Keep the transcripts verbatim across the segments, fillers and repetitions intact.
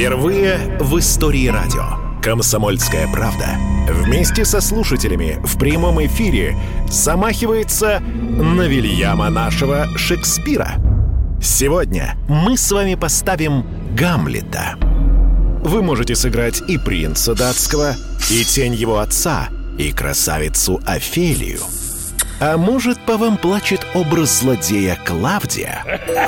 Впервые в истории радио «Комсомольская правда» вместе со слушателями в прямом эфире замахивается на Вильяма нашего Шекспира. Сегодня мы с вами поставим Гамлета. Вы можете сыграть и принца датского, и тень его отца, и красавицу Офелию. А может, по вам плачет образ злодея Клавдия?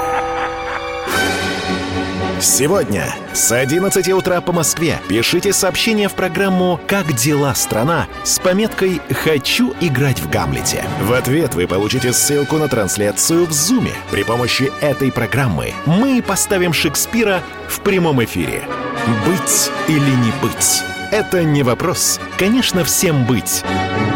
Сегодня с одиннадцати утра по Москве пишите сообщение в программу «Как дела, страна?» с пометкой «Хочу играть в Гамлете». В ответ вы получите ссылку на трансляцию в Зуме. При помощи этой программы мы поставим Шекспира в прямом эфире. Быть или не быть? Это не вопрос. Конечно, всем быть.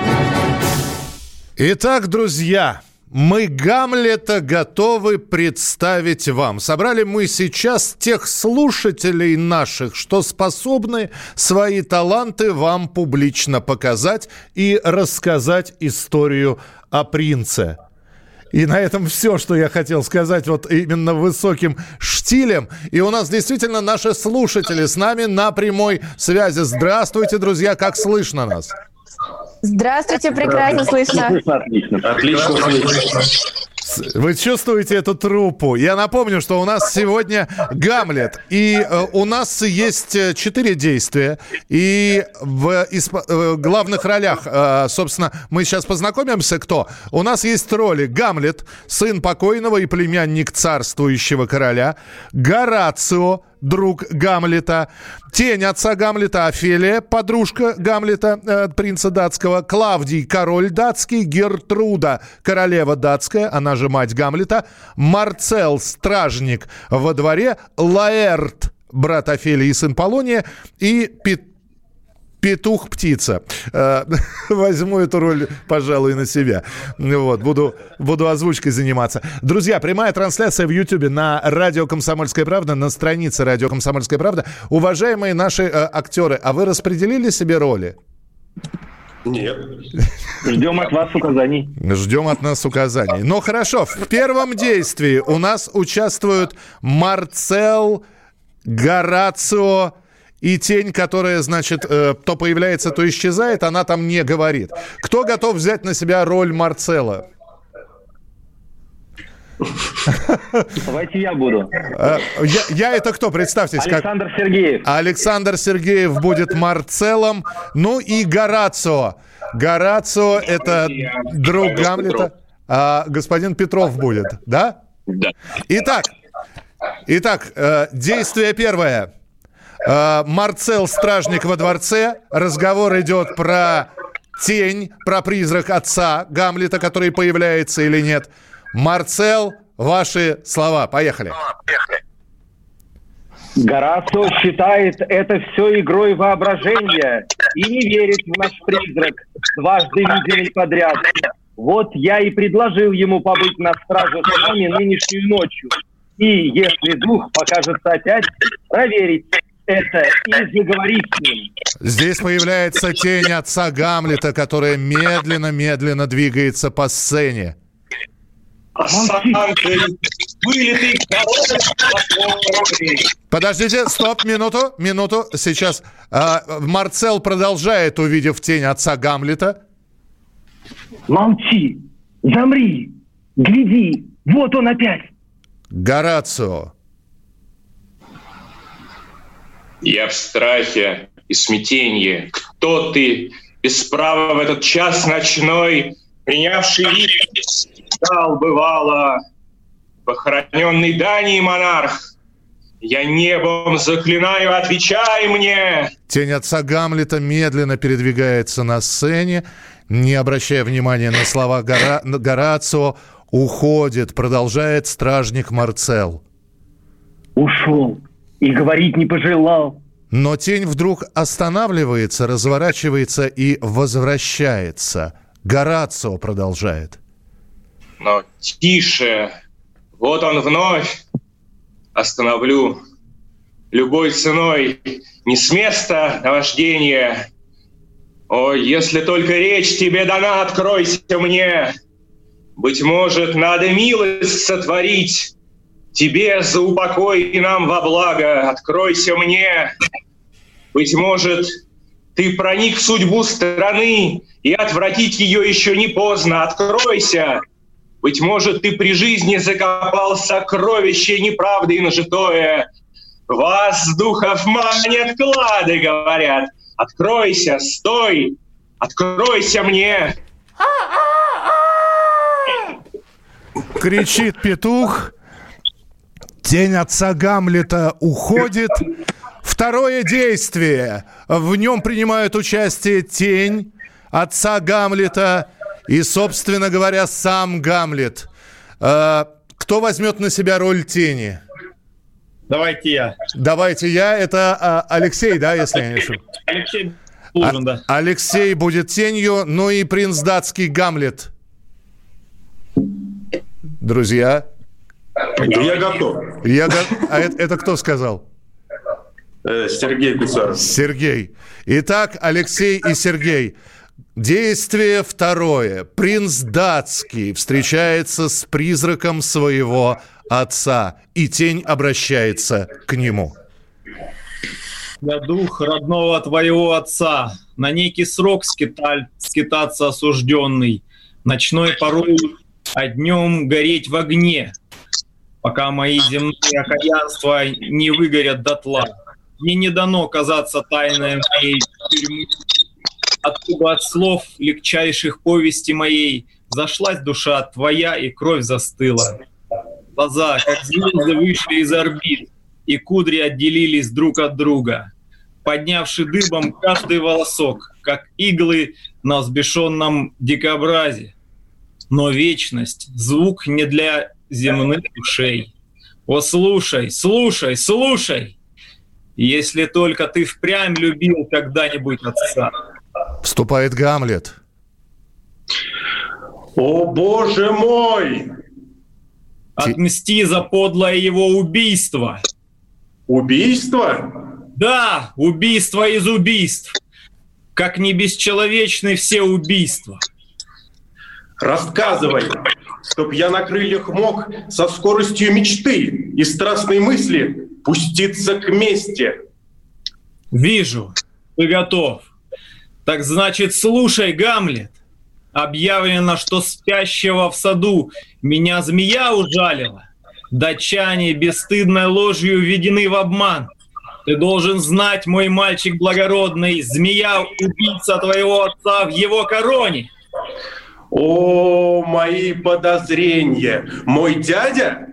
Итак, друзья, мы Гамлета готовы представить вам. Собрали мы сейчас тех слушателей наших, что способны свои таланты вам публично показать и рассказать историю о принце. И на этом все, что я хотел сказать вот именно высоким штилем. И у нас действительно наши слушатели с нами на прямой связи. Здравствуйте, друзья, как слышно нас? Здравствуйте, прекрасно слышно. Отлично, отлично слышно. Вы чувствуете эту труппу? Я напомню, что у нас сегодня Гамлет. И э, у нас есть четыре действия. И в исп... э, главных ролях, э, собственно, мы сейчас познакомимся, кто. У нас есть роли: Гамлет, сын покойного и племянник царствующего короля; Горацио, друг Гамлета; тень отца Гамлета, Офелия, подружка Гамлета, э, принца датского; Клавдий, король датский; Гертруда, королева датская, она же мать Гамлета; Марцел, стражник во дворе; Лаэрт, брат Офелии и сын Полония; и Пет... Петух-птица. Э, возьму эту роль, пожалуй, на себя. Вот, буду, буду озвучкой заниматься. Друзья, прямая трансляция в Ютьюбе на радио «Комсомольская правда», на странице радио «Комсомольская правда». Уважаемые наши э, актеры, а вы распределили себе роли? Нет. Ждем от вас указаний. Ждем от нас указаний. Ну, хорошо. В первом действии у нас участвуют Марцел, Горацио и тень, которая, значит, э, то появляется, то исчезает, она там не говорит. Кто готов взять на себя роль Марцела? Давайте я буду. Я, я это кто? Представьтесь. Александр как... Сергеев. Александр Сергеев будет Марцелом. Ну и Горацио. Горацио — это друг Гамлета. А господин Петров будет, да? Да. Итак, итак, э, действие первое. Э, Марцел — стражник во дворце. Разговор идет про тень, про призрак отца Гамлета, который появляется или нет. Марцел, ваши слова. Поехали. Горацио считает это все игрой воображения и не верит в наш призрак, дважды виденный подряд. Вот я и предложил ему побыть на страже с нами нынешнюю ночью. И, если дух покажется опять, проверить это и заговорить с ним. Здесь появляется тень отца Гамлета, которая медленно-медленно двигается по сцене. Подождите, стоп, минуту, минуту. Сейчас э, Марцел продолжает, увидев тень отца Гамлета. Молчи, замри, гляди, вот он опять. Горацио. Я в страхе и смятении. Кто ты, без права в этот час ночной, принявший вид, стал, бывало, похороненный Данией монарх? Я небом заклинаю, отвечай мне! Тень отца Гамлета медленно передвигается на сцене, не обращая внимания на слова Гора... Горацио, уходит, продолжает стражник Марцел. Ушел и говорить не пожелал. Но тень вдруг останавливается, разворачивается и возвращается. Горацио продолжает. Но тише, вот он вновь. Остановлю любой ценой, не с места наваждения. О, если только речь тебе дана, откройся мне. Быть может, надо милость сотворить. тебе за упокой и нам во благо, откройся мне. Быть может, ты проник в судьбу страны, и отвратить ее еще не поздно, откройся. Быть может, ты при жизни закопал сокровище неправды и нажитое. Воздухов манят клады, говорят. Откройся, стой, откройся мне. Кричит петух. Тень отца Гамлета уходит. Второе действие. В нем принимают участие тень отца Гамлета и, собственно говоря, сам Гамлет. Кто возьмет на себя роль тени? Давайте я. Давайте я. Это Алексей, да, если я не ошибаюсь? Алексей должен, да. Алексей будет тенью, ну и принц датский Гамлет. Друзья. Я готов. Я го... А это, это кто сказал? Сергей Гусаров. Сергей. Итак, Алексей и Сергей. Действие второе. Принц датский встречается с призраком своего отца, и тень обращается к нему. Я дух родного твоего отца, на некий срок скиталь, скитаться осужденный, ночной порой, а днем гореть в огне, пока мои земные окаянства не выгорят дотла. Мне не дано казаться тайной моей тюрьмы, откуда от слов легчайших повести моей зашлась душа твоя и кровь застыла. Глаза, как звезды, вышли из орбит, и кудри отделились друг от друга, поднявши дыбом каждый волосок, как иглы на взбешенном дикобразе. Но вечность — звук не для земных ушей. О, слушай, слушай, слушай! Если только ты впрямь любил когда-нибудь отца. Вступает Гамлет. О, Боже мой! Отмсти за подлое его убийство. Убийство? Да, убийство из убийств. Как не бесчеловечны все убийства. Рассказывай, чтоб я на крыльях мог со скоростью мечты и страстной мысли пуститься к мести. Вижу, ты готов. Так значит, слушай, Гамлет. Объявлено, что спящего в саду меня змея ужалила. Датчане бесстыдной ложью введены в обман. Ты должен знать, мой мальчик благородный, змея — убийца твоего отца в его короне. О, мои подозрения! Мой дядя?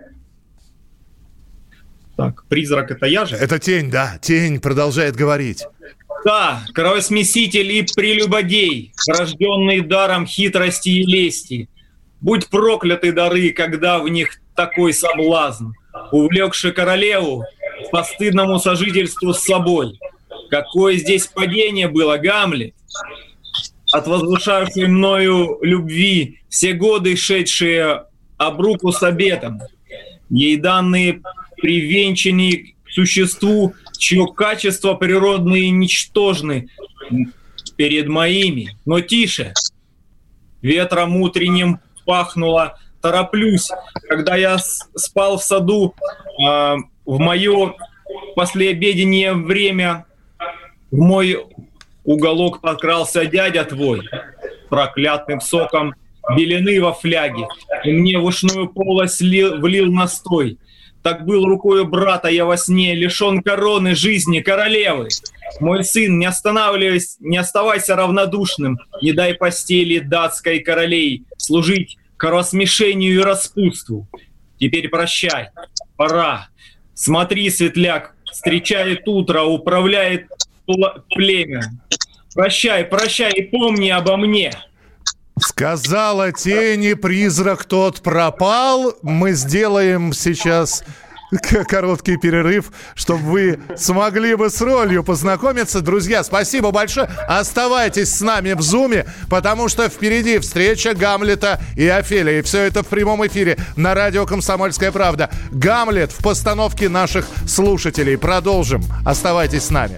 Так, призрак — это я же? Это тень, да. Тень продолжает говорить. Да, кровосмеситель и прелюбодей, рожденный даром хитрости и лести. Будь прокляты дары, когда в них такой соблазн, увлекший королеву к постыдному сожительству с собой. Какое здесь падение было, Гамлет! От возвышавшей мною любви все годы, шедшие об руку с обетом, ей данные привенчанные к существу, чье качества природные ничтожны перед моими. Но тише, ветром утренним пахнуло, тороплюсь, когда я спал в саду, э, в мое послеобеденное время, в мой уголок подкрался дядя твой, проклятым соком белены во фляге, и мне в ушную полость влил, влил настой. Так был рукою брата я во сне, лишен короны жизни королевы. Мой сын, не останавливайся, не оставайся равнодушным, не дай постели датской королей служить кровосмешению и распутству. Теперь прощай, пора. Смотри, светляк, встречает утро, управляет племя. Прощай, прощай и помни обо мне. Сказала тени, призрак тот пропал. Мы сделаем сейчас короткий перерыв, чтобы вы смогли бы с ролью познакомиться. Друзья, спасибо большое. Оставайтесь с нами в Зуме, потому что впереди встреча Гамлета и Офелии. И все это в прямом эфире на радио «Комсомольская правда». Гамлет в постановке наших слушателей. Продолжим. Оставайтесь с нами.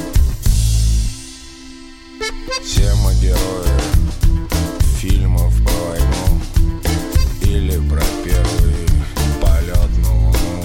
Все мы герои фильмов про войну или про первый полет на Луну.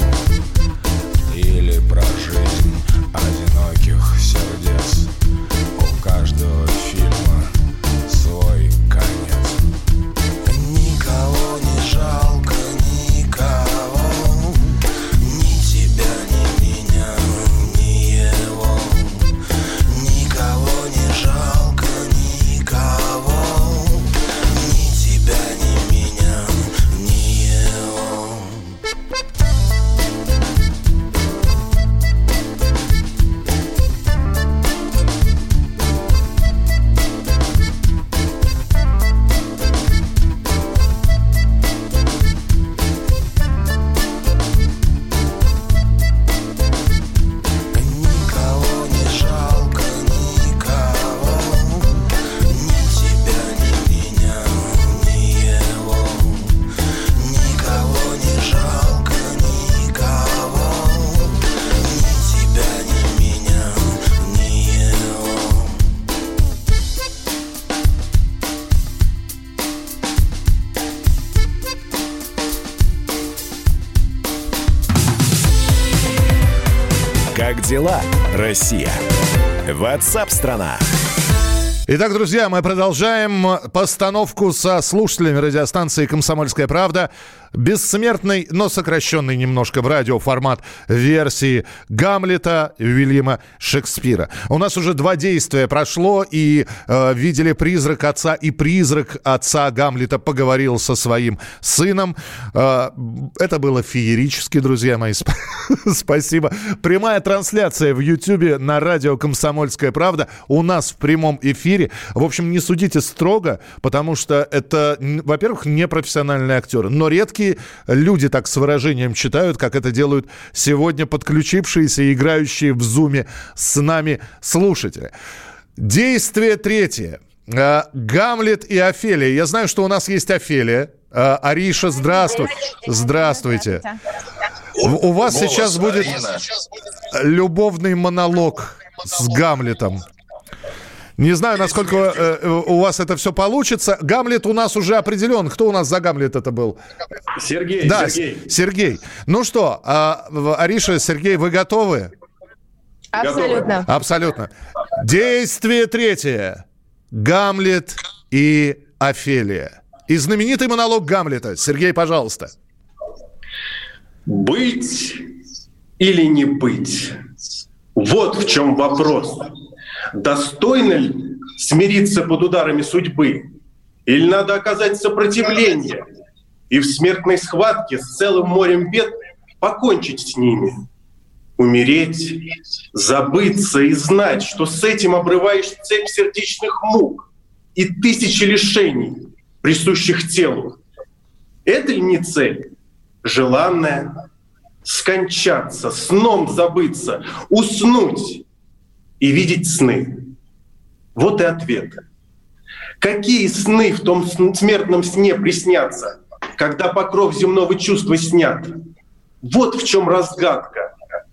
Как дела, Россия? WhatsApp-страна. Итак, друзья, мы продолжаем постановку со слушателями радиостанции «Комсомольская правда». Бессмертный, но сокращенный немножко в радиоформат версии Гамлета Уильяма Шекспира. У нас уже два действия прошло, и э, видели призрак отца, и призрак отца Гамлета поговорил со своим сыном. Э, это было феерически, друзья мои. Спасибо. Прямая трансляция в Ютьюбе на радио «Комсомольская правда». У нас в прямом эфире. В общем, не судите строго, потому что это, во-первых, непрофессиональные актеры, но редкие люди так с выражением читают, как это делают сегодня подключившиеся и играющие в зуме с нами слушатели. Действие третье. Гамлет и Офелия. Я знаю, что у нас есть Офелия. Ариша, здравствуй. Здравствуйте. У вас Голос, сейчас будет Арина. Любовный монолог с Гамлетом. Не знаю, насколько э, у вас это все получится. Гамлет у нас уже определен. Кто у нас за Гамлет это был? Сергей. Да, Сергей. Сергей. Ну что, э, Ариша, Сергей, вы готовы? Абсолютно. Абсолютно. Действие третье. Гамлет и Офелия. И знаменитый монолог Гамлета. Сергей, пожалуйста. Быть или не быть? Вот в чем вопрос. Достойно ли смириться под ударами судьбы? Или надо оказать сопротивление и в смертной схватке с целым морем бед покончить с ними? Умереть, забыться и знать, что с этим обрываешь цепь сердечных мук и тысячи лишений, присущих телу. Это ли не цель? Желанная? Скончаться, сном забыться, уснуть и видеть сны. Вот и ответ. Какие сны в том смертном сне приснятся, когда покров земного чувства снят? Вот в чем разгадка.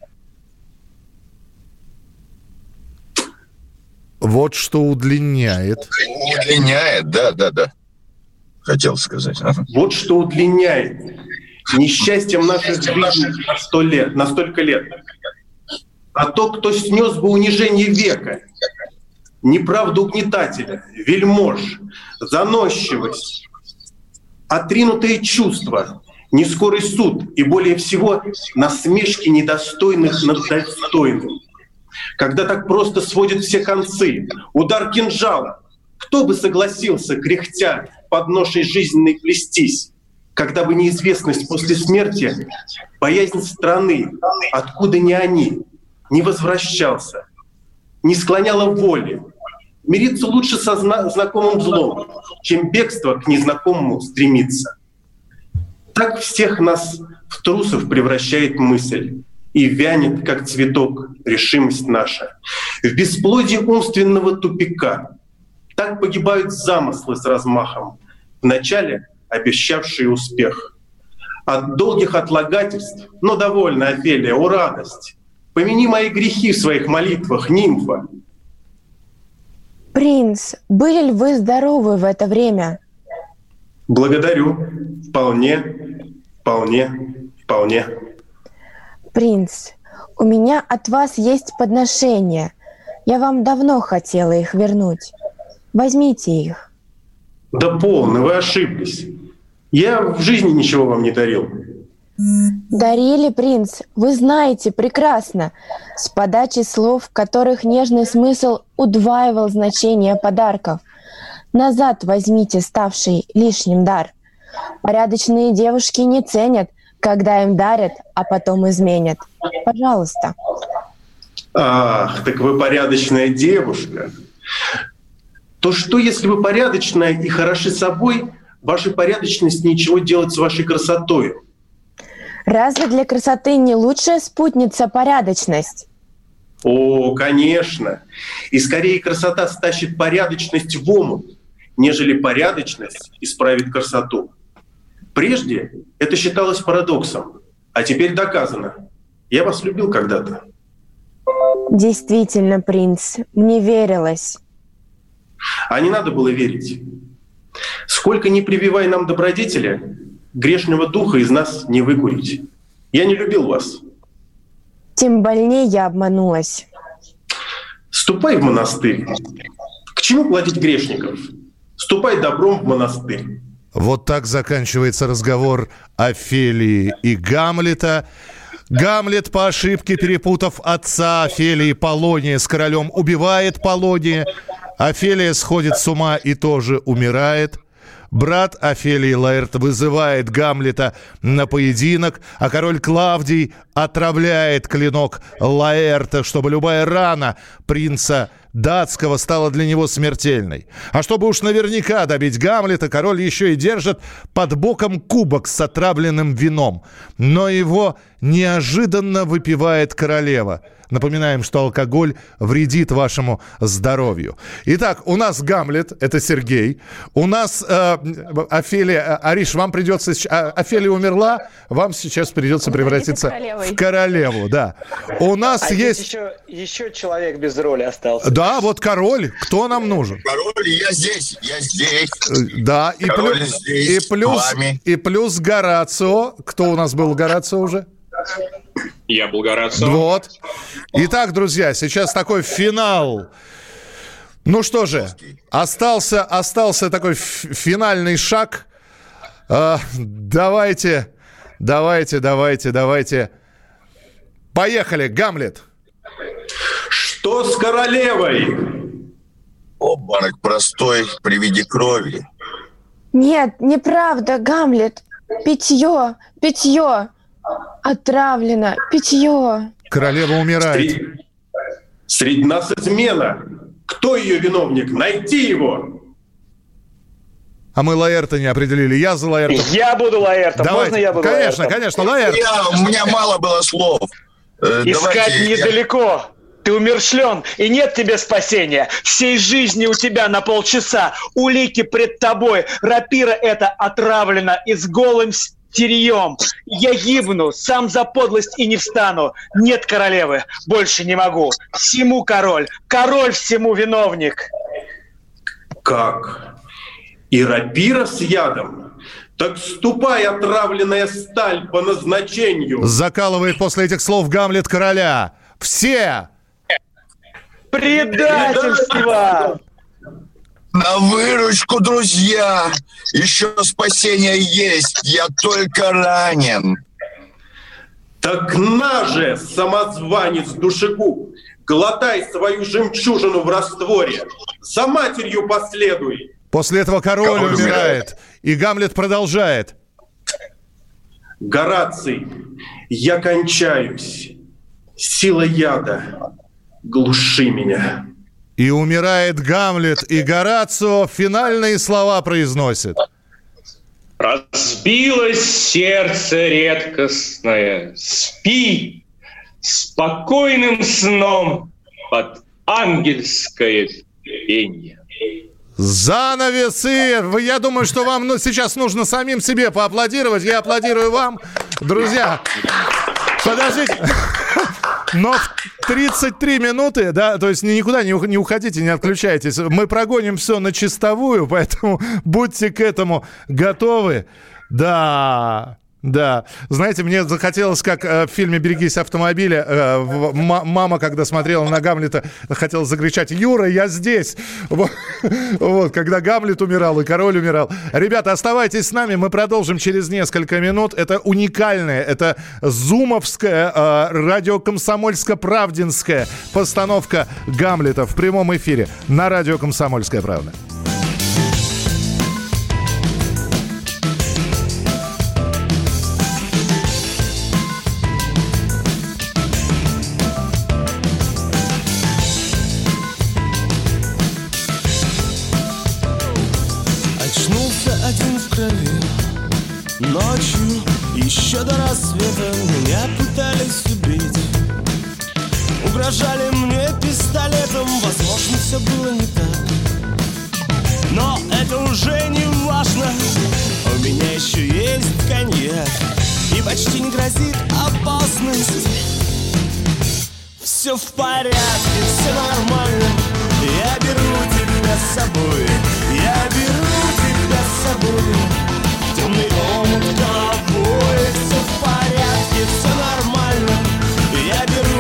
Вот что удлиняет. Удлиняет, да, да, да. Хотел сказать. Вот что удлиняет. Несчастьем наших жизней на сто лет, на столько лет. А то, кто снес бы унижение века, неправду угнетателя, вельмож, заносчивость, отринутые чувства, нескорый суд и, более всего, насмешки недостойных над достойным. Когда так просто сводят все концы, удар кинжала, кто бы согласился, кряхтя, под ношей жизненной плестись, когда бы неизвестность после смерти, боязнь страны, откуда не они, не возвращался, не склоняла воли. Мириться лучше со зна- знакомым злом, чем бегство к незнакомому стремиться. Так всех нас в трусов превращает мысль, и вянет, как цветок, решимость наша. В бесплодии умственного тупика так погибают замыслы с размахом, вначале обещавшие успех. От долгих отлагательств, но довольно, Офелия, о радость! Помяни мои грехи в своих молитвах, нимфа. Принц, были ли вы здоровы в это время? Благодарю. Вполне, вполне, вполне. Принц, у меня от вас есть подношения. Я вам давно хотела их вернуть. Возьмите их. Да полно, вы ошиблись. Я в жизни ничего вам не дарил. Дарили, принц, вы знаете прекрасно, с подачи слов, в которых нежный смысл удваивал значение подарков. Назад возьмите ставший лишним дар. Порядочные девушки не ценят, когда им дарят, а потом изменят. Пожалуйста. Ах, так вы порядочная девушка. То что, если вы порядочная и хороши собой, ваша порядочность ничего делать с вашей красотой? Разве для красоты не лучшая спутница порядочность? О, конечно. И скорее красота стащит порядочность в омут, нежели порядочность исправит красоту. Прежде это считалось парадоксом, а теперь доказано. Я вас любил когда-то. Действительно, принц, мне верилось. А не надо было верить. Сколько ни прививай нам добродетеля, грешного духа из нас не выкурить. Я не любил вас. тем больнее я обманулась. Ступай в монастырь. К чему платить грешников? Ступай добром в монастырь. Вот так заканчивается разговор Офелии и Гамлета. Гамлет, по ошибке перепутав отца Офелии Полония с королем, убивает Полония. Офелия сходит с ума и тоже умирает. Брат Офелии Лаэрт вызывает Гамлета на поединок, а король Клавдий отравляет клинок Лаэрта, чтобы любая рана принца датского стала для него смертельной. А чтобы уж наверняка добить Гамлета, король еще и держит под боком кубок с отравленным вином. Но его неожиданно выпивает королева. Напоминаем, что алкоголь вредит вашему здоровью. Итак, у нас Гамлет, это Сергей. У нас э, Офелия, Ариш, вам придется... Офелия умерла, вам сейчас придется превратиться в королеву. Да. У нас а есть... Еще, еще человек без роли остался. Да, вот король. Кто нам нужен? Король, я здесь, я здесь. Да, и, плюс, здесь, и, плюс, и плюс Горацио. Кто у нас был Горацио уже? Я был Горацио. Вот. Итак, друзья, сейчас такой финал. Ну что же, остался, остался такой финальный шаг. А, давайте, давайте, давайте, давайте. Поехали, Гамлет. Что с королевой? Обморок простой при виде крови. Нет, неправда, Гамлет. Питье, питье. Отравлено, питье. Королева умирает. Среди, среди нас измена. Кто ее виновник? Найти его. А мы Лаэрта не определили. Я за Лаэрта. Я буду Лаэртом. Давайте. Можно я буду Конечно, Лаэртом? конечно, Лаэрт. Я, у меня мало было слов. Э, Искать давайте, недалеко. Я... Ты умершлен, и нет тебе спасения. Всей жизни у тебя на полчаса. Улики пред тобой. Рапира эта отравлена и с голым стерьем. Я гибну, сам за подлость и не встану. Нет королевы, больше не могу. Всему король, король всему виновник. Как? И рапира с ядом? Так ступай, отравленная сталь, по назначению. Закалывает после этих слов Гамлет короля. Все! Предательство! На выручку, друзья! Еще спасение есть, я только ранен. Так на же, самозванец душегуб, глотай свою жемчужину в растворе, за матерью последуй. После этого король, король умирает, умирает, и Гамлет продолжает. Гораций, я кончаюсь, сила яда, глуши меня. И умирает Гамлет, и Горацио финальные слова произносит. Разбилось сердце редкостное, спи спокойным сном под ангельское пение. Занавесы! Я думаю, что вам ну, сейчас нужно самим себе поаплодировать. Я аплодирую вам. Друзья, подождите. Но в тридцать три минуты, да, то есть никуда не уходите, не отключайтесь. Мы прогоним все на чистовую, поэтому будьте к этому готовы. Да... Да, знаете, мне захотелось, как э, в фильме «Берегись автомобиля», э, в, м- мама, когда смотрела на Гамлета, хотела закричать: «Юра, я здесь!» Вот, вот, когда Гамлет умирал и король умирал. Ребята, оставайтесь с нами, мы продолжим через несколько минут. Это уникальная, это зумовская, э, радио-комсомольско-правдинская постановка Гамлета в прямом эфире на радио «Комсомольская правда». Ночью, еще до рассвета, меня пытались убить. Угрожали мне пистолетом, возможно, все было не так. Но это уже не важно, у меня еще есть коньяк, и почти не грозит опасность. Все в порядке, все нормально, я беру тебя с собой, я беру тебя с собой. Темный омут головой, все в порядке, все нормально. Я беру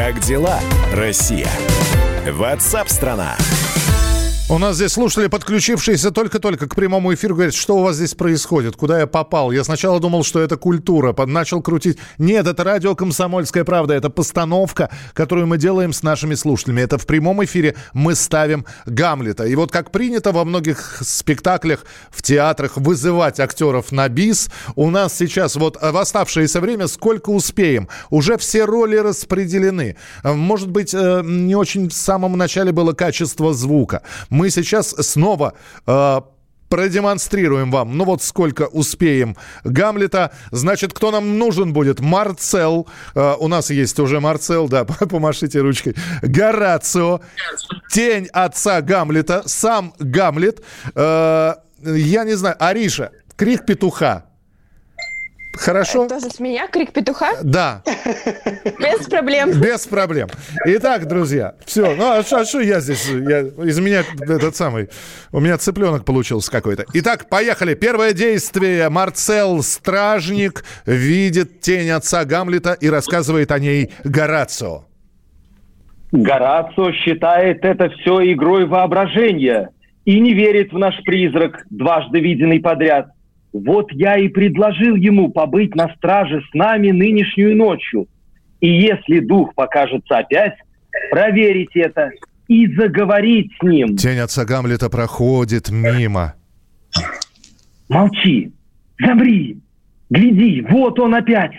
Как дела, Россия? WhatsApp-страна. У нас здесь слушатели, подключившиеся только-только к прямому эфиру, говорят, что у вас здесь происходит, куда я попал. Я сначала думал, что это культура, начал крутить. Нет, это радио «Комсомольская правда», это постановка, которую мы делаем с нашими слушателями. Это в прямом эфире мы ставим Гамлета. И вот как принято во многих спектаклях, в театрах вызывать актеров на бис, у нас сейчас вот в оставшееся время сколько успеем. Уже все роли распределены. Может быть, не очень в самом начале было качество звука. Мы сейчас снова э, продемонстрируем вам, ну вот сколько успеем Гамлета. Значит, кто нам нужен будет? Марцел. Э, у нас есть уже Марцел, да, помашите ручкой. Горацио. Тень отца Гамлета. Сам Гамлет. Э, я не знаю. Ариша. Крик петуха. Хорошо? Это тоже с меня крик петуха? Да. Без проблем. Без проблем. Итак, друзья, все. Ну, а что я здесь? Я, из меня этот самый... У меня цыпленок получился какой-то. Итак, поехали. Первое действие. Марцел, стражник, видит тень отца Гамлета и рассказывает о ней Горацио. Горацио считает это все игрой воображения и не верит в наш призрак, дважды виденный подряд. Вот я и предложил ему побыть на страже с нами нынешнюю ночью. И если дух покажется опять, проверить это и заговорить с ним. Тень отца Гамлета проходит мимо. Молчи, замри, гляди, вот он опять.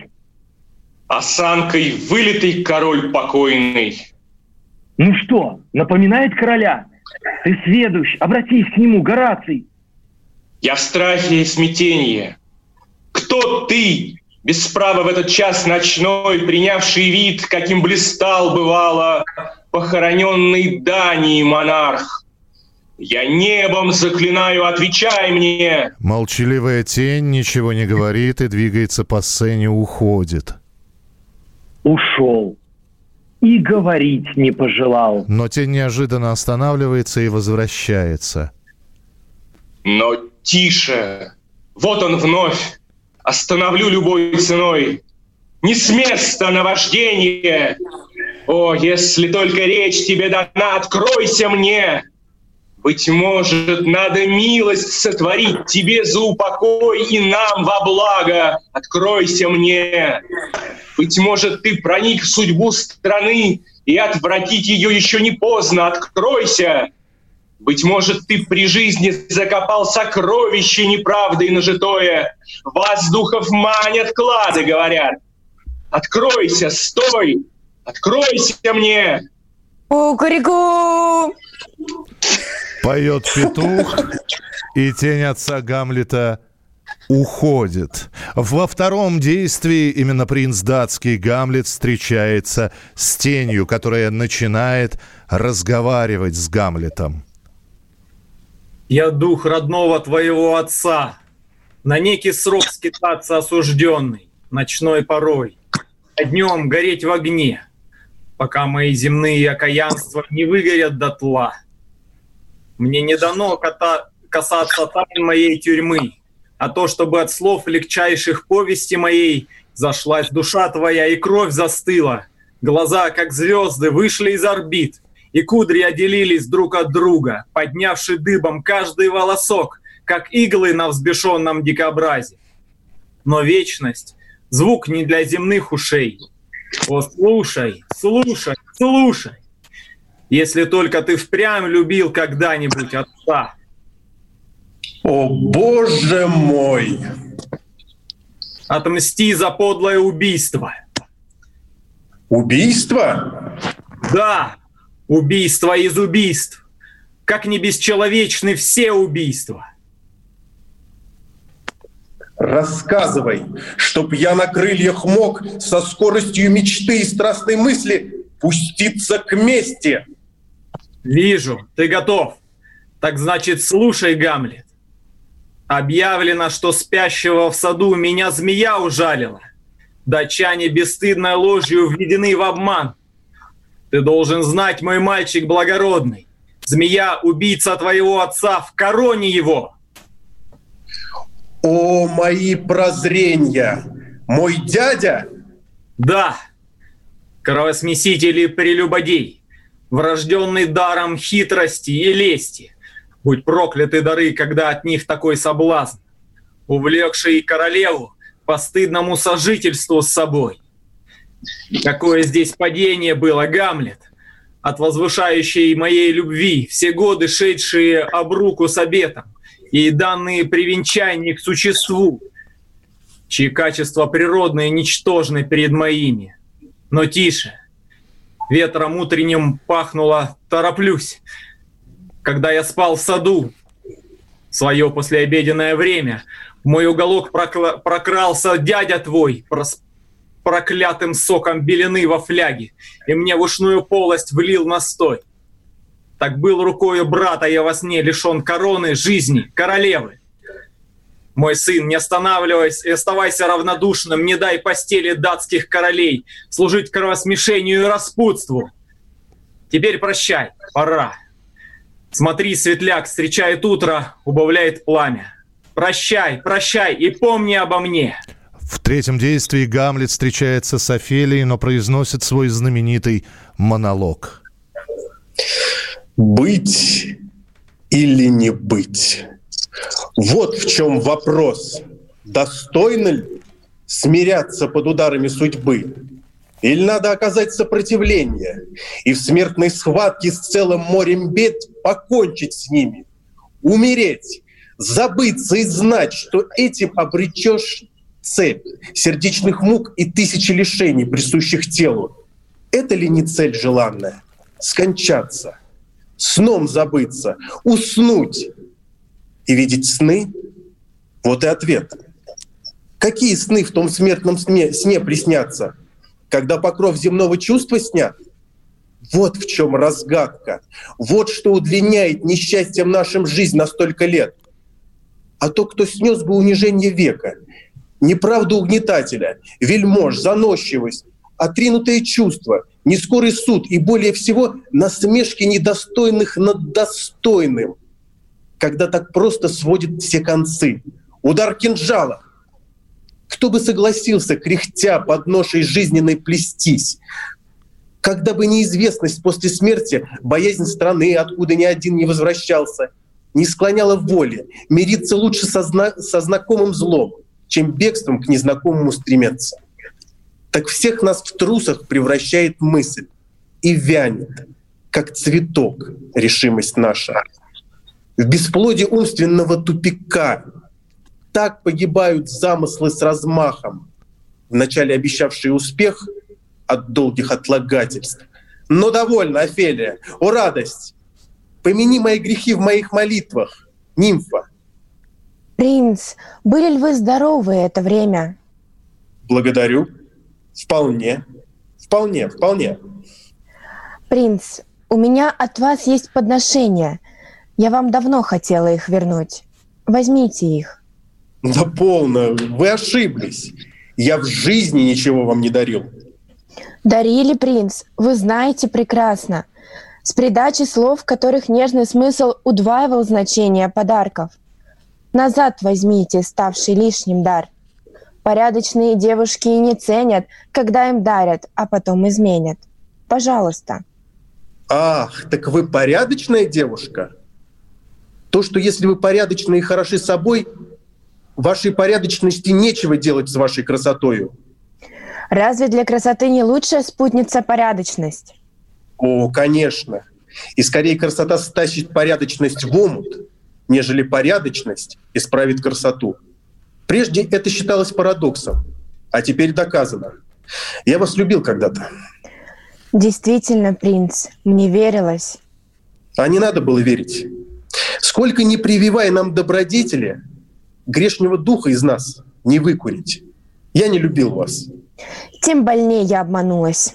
Осанкой вылитый король покойный. Ну что, напоминает короля? Ты сведущ, обратись к нему, Гораций. Я в страхе и смятении. Кто ты, без права в этот час ночной, принявший вид, каким блистал, бывало, похороненный Дании монарх? Я небом заклинаю, отвечай мне. Молчаливая тень ничего не говорит и двигается по сцене, уходит. Ушел. И говорить не пожелал. Но тень неожиданно останавливается и возвращается. Но тише. Вот он вновь. Остановлю любой ценой. Не с места наваждение. О, если только речь тебе дана, откройся мне. Быть может, надо милость сотворить тебе за упокой и нам во благо. Откройся мне. Быть может, ты проник в судьбу страны, и отвратить ее еще не поздно. Откройся. Быть может, ты при жизни закопал сокровище неправдой нажитое. Воздухов манят клады, говорят. Откройся, стой, откройся мне. Кукареку! Поет петух, и тень отца Гамлета уходит. Во втором действии именно принц датский Гамлет встречается с тенью, которая начинает разговаривать с Гамлетом. Я дух родного твоего отца, на некий срок скитаться осужденный, ночной порой, а днем гореть в огне, пока мои земные окаянства не выгорят дотла. Мне не дано кота- касаться тайн моей тюрьмы, а то, чтобы от слов легчайших повести моей зашлась душа твоя и кровь застыла, глаза, как звезды, вышли из орбит, и кудри отделились друг от друга, поднявши дыбом каждый волосок, как иглы на взбешенном дикобразе. Но вечность — звук не для земных ушей. О, слушай, слушай, слушай, если только ты впрямь любил когда-нибудь отца. О, Боже мой! Отмсти за подлое убийство. Убийство? Да, убийство из убийств. Как не бесчеловечны все убийства. Рассказывай, чтоб я на крыльях мог со скоростью мечты и страстной мысли пуститься к мести. Вижу, ты готов. Так значит, слушай, Гамлет. Объявлено, что спящего в саду меня змея ужалила. Датчане бесстыдной ложью введены в обман. Ты должен знать, мой мальчик благородный, змея — убийца твоего отца, в короне его. О, мои прозрения! Мой дядя? Да. кровосмеситель и прелюбодей, врожденный даром хитрости и лести. Будь прокляты дары, когда от них такой соблазн, увлекший королеву по стыдному сожительству с собой. Какое здесь падение было, Гамлет, от возвышающей моей любви, все годы шедшие об руку с обетом и данные при венчании к существу, чьи качества природные ничтожны перед моими. Но тише, ветром утренним пахнуло «тороплюсь», когда я спал в саду. В свое послеобеденное время в мой уголок прокла- прокрался дядя твой прос- проклятым соком белены во фляге, и мне в ушную полость влил настой. Так был рукою брата я во сне лишен короны, жизни, королевы. Мой сын, не останавливайся и оставайся равнодушным, не дай постели датских королей служить кровосмешению и распутству. Теперь прощай, пора. Смотри, светляк встречает утро, убавляет пламя. Прощай, прощай и помни обо мне. В третьем действии Гамлет встречается с Офелией, но произносит свой знаменитый монолог. Быть или не быть? Вот в чем вопрос. Достойно ли смиряться под ударами судьбы? Или надо оказать сопротивление и в смертной схватке с целым морем бед покончить с ними, умереть, забыться и знать, что этим обречешь цепь сердечных мук и тысячи лишений, присущих телу? Это ли не цель желанная? Скончаться, сном забыться, уснуть и видеть сны? Вот и ответ. Какие сны в том смертном сне, сне приснятся, когда покров земного чувства снят? Вот в чем разгадка. Вот что удлиняет несчастьем нашим жизнь на столько лет. А то, кто снес бы унижение века, неправду угнетателя, вельмож, заносчивость, отринутые чувства, нескорый суд и, более всего, насмешки недостойных над достойным, когда так просто сводит все концы. Удар кинжала. Кто бы согласился, кряхтя под ношей жизненной плестись? Когда бы неизвестность после смерти, боязнь страны, откуда ни один не возвращался, не склоняла в воле, мириться лучше со, зна- со знакомым злом, чем бегством к незнакомому стремиться. Так всех нас в трусах превращает мысль и вянет, как цветок, решимость наша. В бесплодии умственного тупика так погибают замыслы с размахом, вначале обещавшие успех от долгих отлагательств. Но довольно, Офелия, о радость! Помяни мои грехи в моих молитвах, нимфа. Принц, были ли вы здоровы это время? Благодарю. Вполне. Вполне, вполне. Принц, у меня от вас есть подношения. Я вам давно хотела их вернуть. Возьмите их. Да полно, вы ошиблись. Я в жизни ничего вам не дарил. Дарили, принц, вы знаете прекрасно. С придачей слов, которых нежный смысл удваивал значение подарков. Назад возьмите ставший лишним дар. Порядочные девушки и не ценят, когда им дарят, а потом изменят. Пожалуйста. Ах, так вы порядочная девушка? То, что если вы порядочны и хороши собой, вашей порядочности нечего делать с вашей красотою. Разве для красоты не лучшая спутница порядочность? О, конечно. И скорее красота стащит порядочность в омут, нежели порядочность исправит красоту. Прежде это считалось парадоксом, а теперь доказано. Я вас любил когда-то. Действительно, принц, мне верилось. А не надо было верить. Сколько ни прививай нам добродетели, грешнего духа из нас не выкурить. Я не любил вас. Тем больнее я обманулась.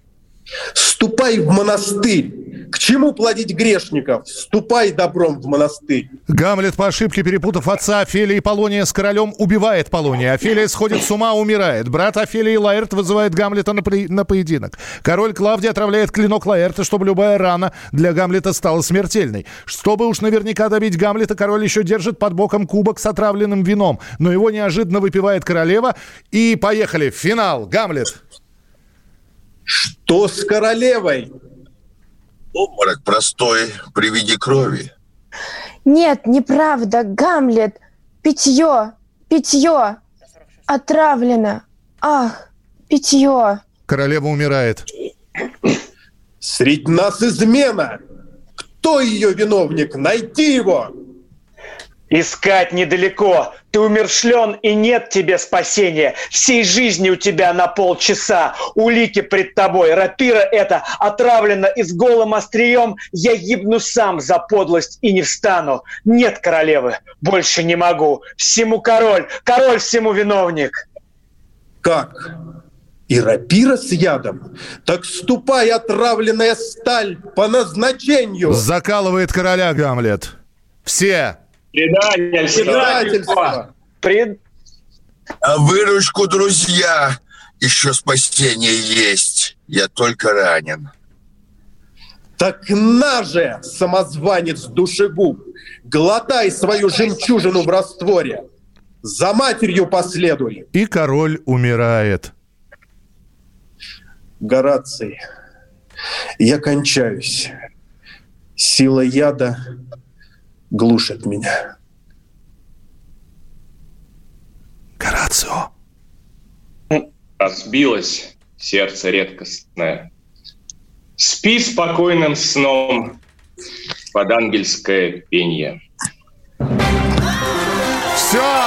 Ступай в монастырь. К чему плодить грешников? Ступай добром в монастырь. Гамлет, по ошибке перепутав отца Офелии и Полония с королем, убивает Полония. Офелия сходит с ума, умирает. Брат Офелии Лаэрт вызывает Гамлета на, при... на поединок. Король Клавдий отравляет клинок Лаэрта, чтобы любая рана для Гамлета стала смертельной. Чтобы уж наверняка добить Гамлета, король еще держит под боком кубок с отравленным вином. Но его неожиданно выпивает королева. И поехали. Финал. Гамлет. Что с королевой? Обморок простой при виде крови. Нет, неправда, Гамлет. Питье, питье. Отравлено. Ах, питье. Королева умирает. Средь нас измена. Кто ее виновник? Найти его. Искать недалеко. Ты умершлен, и нет тебе спасения. Всей жизни у тебя на полчаса. Улики пред тобой. Рапира эта отравлена, и с голым острием я гибну сам за подлость и не встану. Нет королевы, больше не могу. Всему король, король всему виновник. Как? И рапира с ядом? Так ступай, отравленная сталь, по назначению. Закалывает короля Гамлет. Все. Предательство. Предательство. Пред... А выручку, друзья, еще спасение есть. Я только ранен. Так на же, самозванец душегуб, глотай свою жемчужину в растворе. За матерью последуй. И король умирает. Гораций, я кончаюсь. Сила яда глушит меня. Горацио. Разбилось сердце редкостное. Спи спокойным сном под ангельское пенье. Все!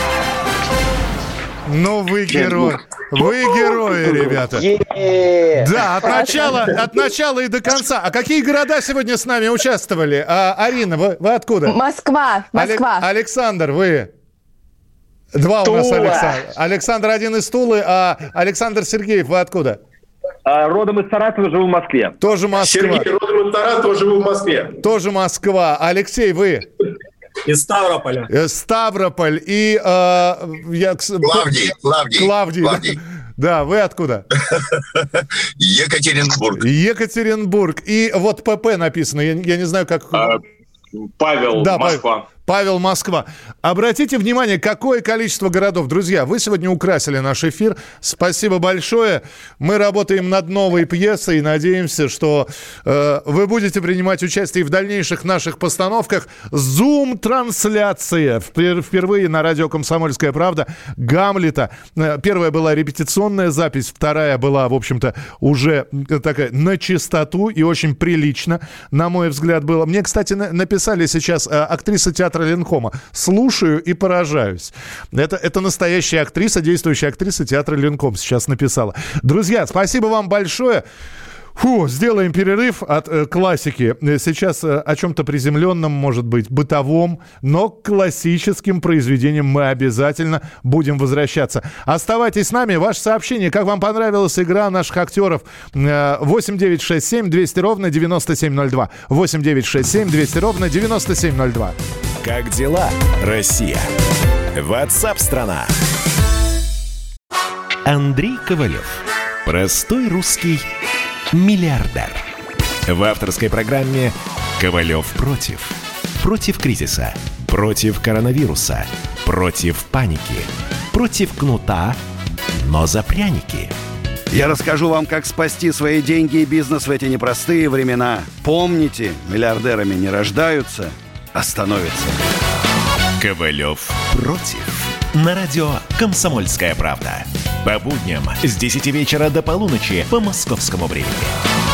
Ну вы герои. Вы герои, ребята. Да, от начала, от начала и до конца. А какие города сегодня с нами участвовали? А, Арина, вы, вы откуда? Москва, Москва. Алек- Александр, вы? Два у нас Тула. Александр. Александр один из Тулы, а Александр Сергеев, вы откуда? А, родом из Саратова, живу в Москве. Тоже Москва. Сергей, родом из Саратова, живу в Москве. Тоже Москва. Алексей, вы? Из Ставрополя. Э, Ставрополь и... Э, я... Клавдий, Клавдий. Клавдий. Клавдий. Да, вы откуда? Екатеринбург. Екатеринбург. И вот ПП написано. Я, я не знаю, как... А, Павел, Да, Москва. Павел, Москва. Обратите внимание, какое количество городов. Друзья, вы сегодня украсили наш эфир. Спасибо большое. Мы работаем над новой пьесой и надеемся, что э, вы будете принимать участие в дальнейших наших постановках. Зум-трансляция. Впер- впервые на радио «Комсомольская правда» Гамлета. Э, Первая была репетиционная запись, вторая была, в общем-то, уже такая на чистоту и очень прилично, на мой взгляд, было. Мне, кстати, на- написали сейчас э, актриса театра Ленкома. Слушаю и поражаюсь. Это, это настоящая актриса, действующая актриса театра Ленком сейчас написала. Друзья, спасибо вам большое. Фу, сделаем перерыв от э, классики. Сейчас э, о чем-то приземленном, может быть, бытовом, но к классическим произведениям мы обязательно будем возвращаться. Оставайтесь с нами. Ваше сообщение, как вам понравилась игра наших актеров? Э, восемь девятьсот шестьдесят семь двести ровно девяносто семь ноль два. восемь девятьсот шестьдесят семь двести ровно девяносто семь ноль два. Как дела, Россия? Ватсап-страна! Андрей Ковалев. Простой русский миллиардер. В авторской программе «Ковалев против». Против кризиса, против коронавируса, против паники, против кнута, но за пряники. Я расскажу вам, как спасти свои деньги и бизнес в эти непростые времена. Помните, миллиардерами не рождаются, а становятся. Ковалев против. На радио «Комсомольская правда». По будням с десяти вечера до полуночи по московскому времени.